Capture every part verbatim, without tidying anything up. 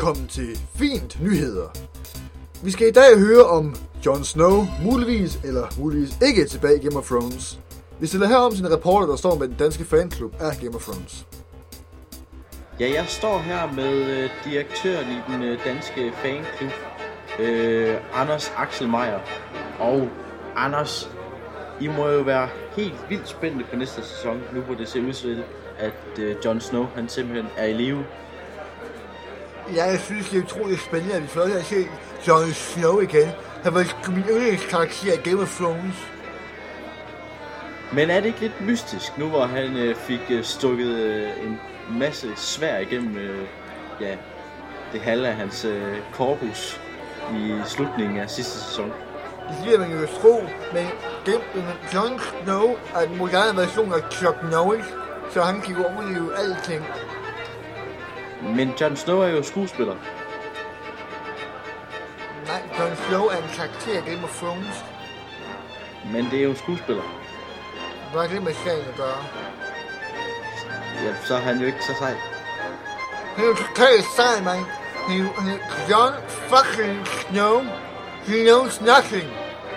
Velkommen til Fint Nyheder. Vi skal i dag høre om Jon Snow muligvis eller muligvis ikke er tilbage i Game of Thrones. Vi stiller her om til en reporter, der står med den danske fanklub af Game of Thrones. Ja, jeg står her med øh, direktøren i den øh, danske fanklub, øh, Anders Axel Meyer. Og Anders, I må jo være helt vildt spændende på næste sæson, nu hvor det ser ud til, at øh, Jon Snow han simpelthen er i live. Ja, jeg synes, det er utroligt spændende, at vi får at se Jon Snow igen. Han var min yndlingskarakter i Game of Thrones. Men er det ikke lidt mystisk, nu hvor han øh, fik øh, stukket øh, en masse svær igennem øh, ja, det halve af hans øh, korpus i slutningen af sidste sæson? Det siger man jo tro, men Jon Snow er en moderne version af Chuck Norris, så han kan jo overleve alting. Men Jon Snow er jo skuespiller. Nej, Jon Snow er en karakter i Game of Thrones. Men det er jo en skuespiller. Hvad er det med sagen at gøre? Ja, så er han jo ikke så sej. Han er jo totalt sej, mand. Han er Jon fucking Snow. He knows nothing.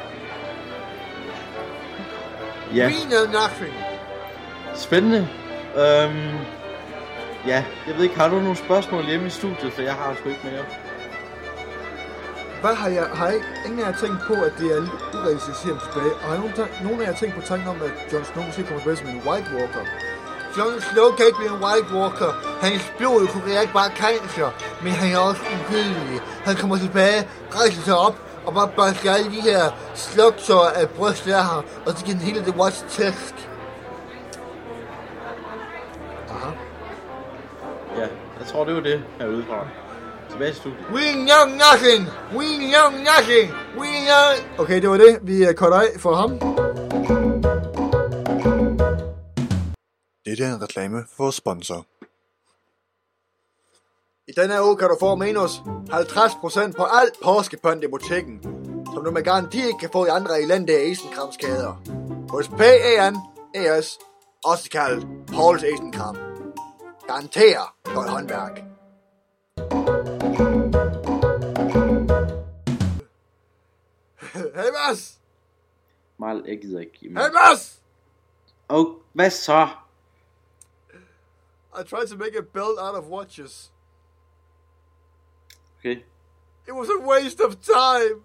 Ja. We know nothing. Spændende. Øhm, ja, jeg ved ikke, har du nogle spørgsmål hjemme i studiet, for jeg har sgu ikke mere. Hvad har jeg, har jeg ingen af jer tænkt på, at det er lidt urealistisk at se ham tilbage? Og har nogen, nogen af jer tænkt på tanken om, at Jon Snow måske kommer tilbage som en White Walker? Jon Snow kan ikke blive en White Walker. Hans blod kunne ikke bare cancer, men han er også udødelig. Han kommer tilbage, rejser sig op, og bare basker alle de her slugter af brystet af ham, og så giver den hele The Watch tæsk. Aha. Ja, jeg tror, det var det herude fra. Tilbage til studiet. We know nothing! We know nothing! We know... Okay, det var det. Vi er kort af for ham. Det er en reklame for vores sponsor. I denne uge kan du få minus halvtreds procent på alt påskepynt i butikken, som du med garanti ikke kan få i andre elendige isenkramskæder. Hos P A N E S, også kaldet Pauls Isenkram. Garanterer godt håndværk. Hey Mads! Mal, jeg gider ikke. Hey Mads! Og hvad så? I tried to make a belt out of watches. Okay. It was a waste of time.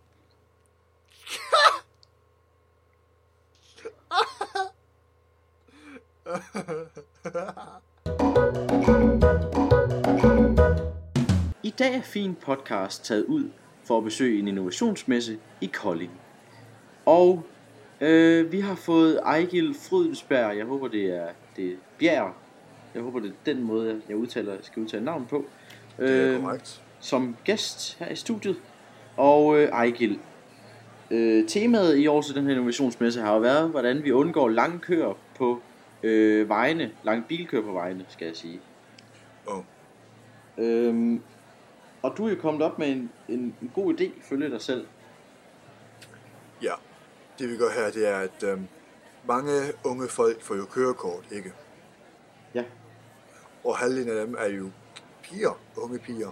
I dag er Fin Podcast taget ud for at besøge en innovationsmesse i Kolding. Og øh, vi har fået Ejgil Frydensberg, jeg håber det er, det er Bjerg. Jeg håber det er den måde jeg udtaler, skal udtale navn på. Det er øh, korrekt. Som gæst her i studiet. Og øh, Ejgil, øh, temaet i år til den her innovationsmesse har jo været, hvordan vi undgår lange køer på øh, vejene, lange bilkøer på vejene, skal jeg sige. Oh. Øhm, og du er jo kommet op med en, en, en god idé, følge dig selv. Ja, det vi gør her, det er, at øhm, mange unge folk får jo kørekort, ikke? Ja. Og halvdelen af dem er jo piger, unge piger.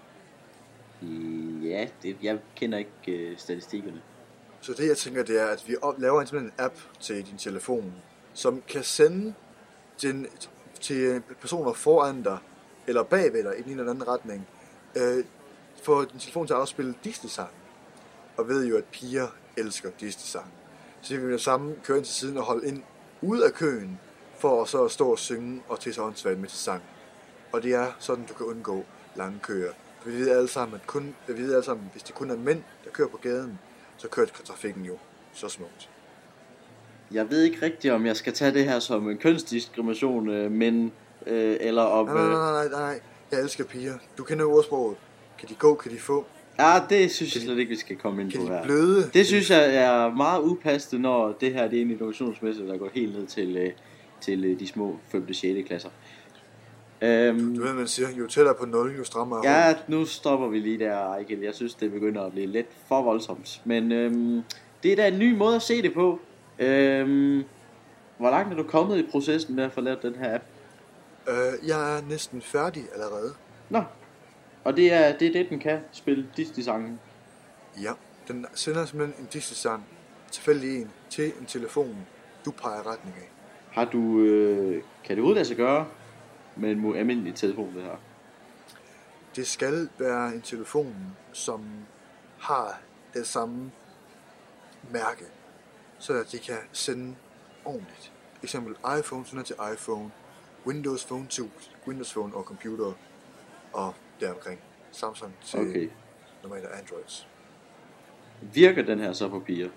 Ja, det, jeg kender ikke øh, statistikkerne. Så det jeg tænker, det er, at vi op, laver en, en app til din telefon, som kan sende din, til personer foran dig, eller bagved dig i en eller anden retning, øh, få din telefon til at afspille Disney-sang. Og ved jo, at piger elsker Disney-sang. Så vi vil jo sammen køre ind til siden og holde ind ude af køen, for at så stå og synge og til sig åndssvagt med til sang. Og det er sådan, du kan undgå lange køer. Vi ved alle sammen, at kun, vi ved alle sammen, hvis det kun er mænd, der kører på gaden, så kører trafikken jo så smukt. Jeg ved ikke rigtigt, om jeg skal tage det her som en kønsdiskrimination, øh, men øh, eller om... Nej, nej, nej, nej, nej, jeg elsker piger. Du kender jo ordsproget. Kan de gå, kan de få? Ja, det synes jeg slet ikke, vi skal komme ind på her. Kan de bløde? Det synes jeg er meget upassende, når det her det er en innovationsmesse, der går helt ned til, øh, til øh, de små femte og sjette klasser. Um, du ved, man siger, jo tættere på nul, jo strammere. Ja, nu stopper vi lige der, Ejgil. Jeg synes, det begynder at blive lidt for voldsomt. Men øhm, det er da en ny måde at se det på. Øhm, hvor langt er du kommet i processen med at få lavet den her app? Øh, jeg er næsten færdig allerede. Nå, Og det er, det er det, den kan, spille Disney-sangen. Ja, den sender simpelthen en Disney-sang, tilfældig en, til en telefon, du peger retning af. Har du, øh, kan det overhovedet lade sig gøre med en almindelig telefon, det her? Det skal være en telefon, som har det samme mærke, så at de kan sende ordentligt. Eksempel iPhone sender til iPhone, Windows Phone til Windows Phone og computer og deromkring. Samsung til Okay. normale Androids. Virker den her så på piger?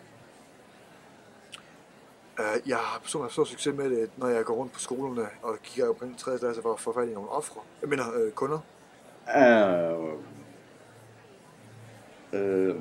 Uh, jeg har personligt stor succes med det, når jeg går rundt på skolerne og kigger omkring tredje klasse for at få fat i nogle ofre. Jeg mener øh, kunder. Uh, uh,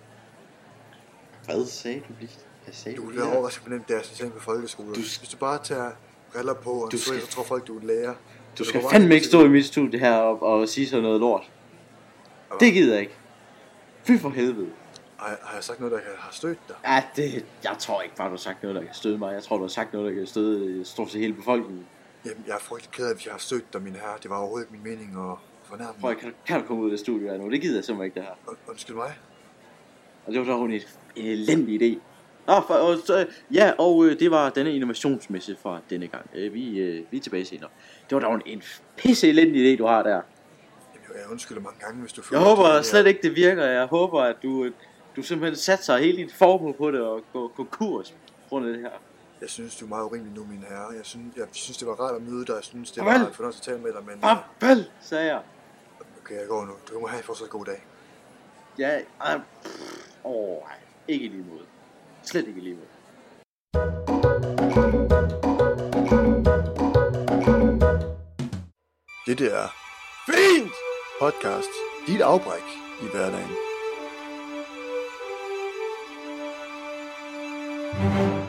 hvad sagde du lige? Hvad sagde Du du vil lige være der? overrasket på nemt, det er sådan på folkeskoler. Du- Hvis du bare tager briller på og Du så, skal- så tror folk, du er lærer. Du Så skal går bare fandme ind ikke til- stå i mit studie her og, og sige sådan noget lort. Det gider jeg ikke. Fy for helvede. Har, har jeg sagt noget, der kan have stødt dig? Ja, det, jeg tror ikke bare, du har sagt noget, der kan støde mig. Jeg tror, du har sagt noget, der kan støde stort set hele befolkningen. Jamen, jeg er frygtelig ked af, at jeg har stødt dig, mine herrer. Det var overhovedet ikke min mening at fornærme Prøv, dig. kan, kan du komme ud af det studie her nu? Det gider jeg simpelthen ikke, det her. Und- Undskyld mig. Og det var så en, en elendig idé. Nå, for, og, så, ja, og øh, det var denne innovationsmesse fra denne gang. Øh, vi, øh, vi er tilbage senere. Det var dog en, en pisse elendig idé, du har der. Jamen, jeg undskylder mange gange, hvis du Jeg føler, håber at det er- slet ikke, det virker. Jeg håber, at du, øh, du simpelthen satser hele dit formue på det og går, går kurs på grund af det her. Jeg synes, du er meget urimelig nu, mine herrer. Jeg synes, jeg synes det var rart at møde dig. Jeg synes, det Farvel. var en fornøjelse at tale med dig, men... Farvel, sagde jeg. Okay, jeg går nu. Du må have en fortsat god dag. Ja, øh, pff, åh, ej, ikke i lige måde. Slet ikke i lige måde. Det er Fint Podcast. Dit afbræk i hverdagen.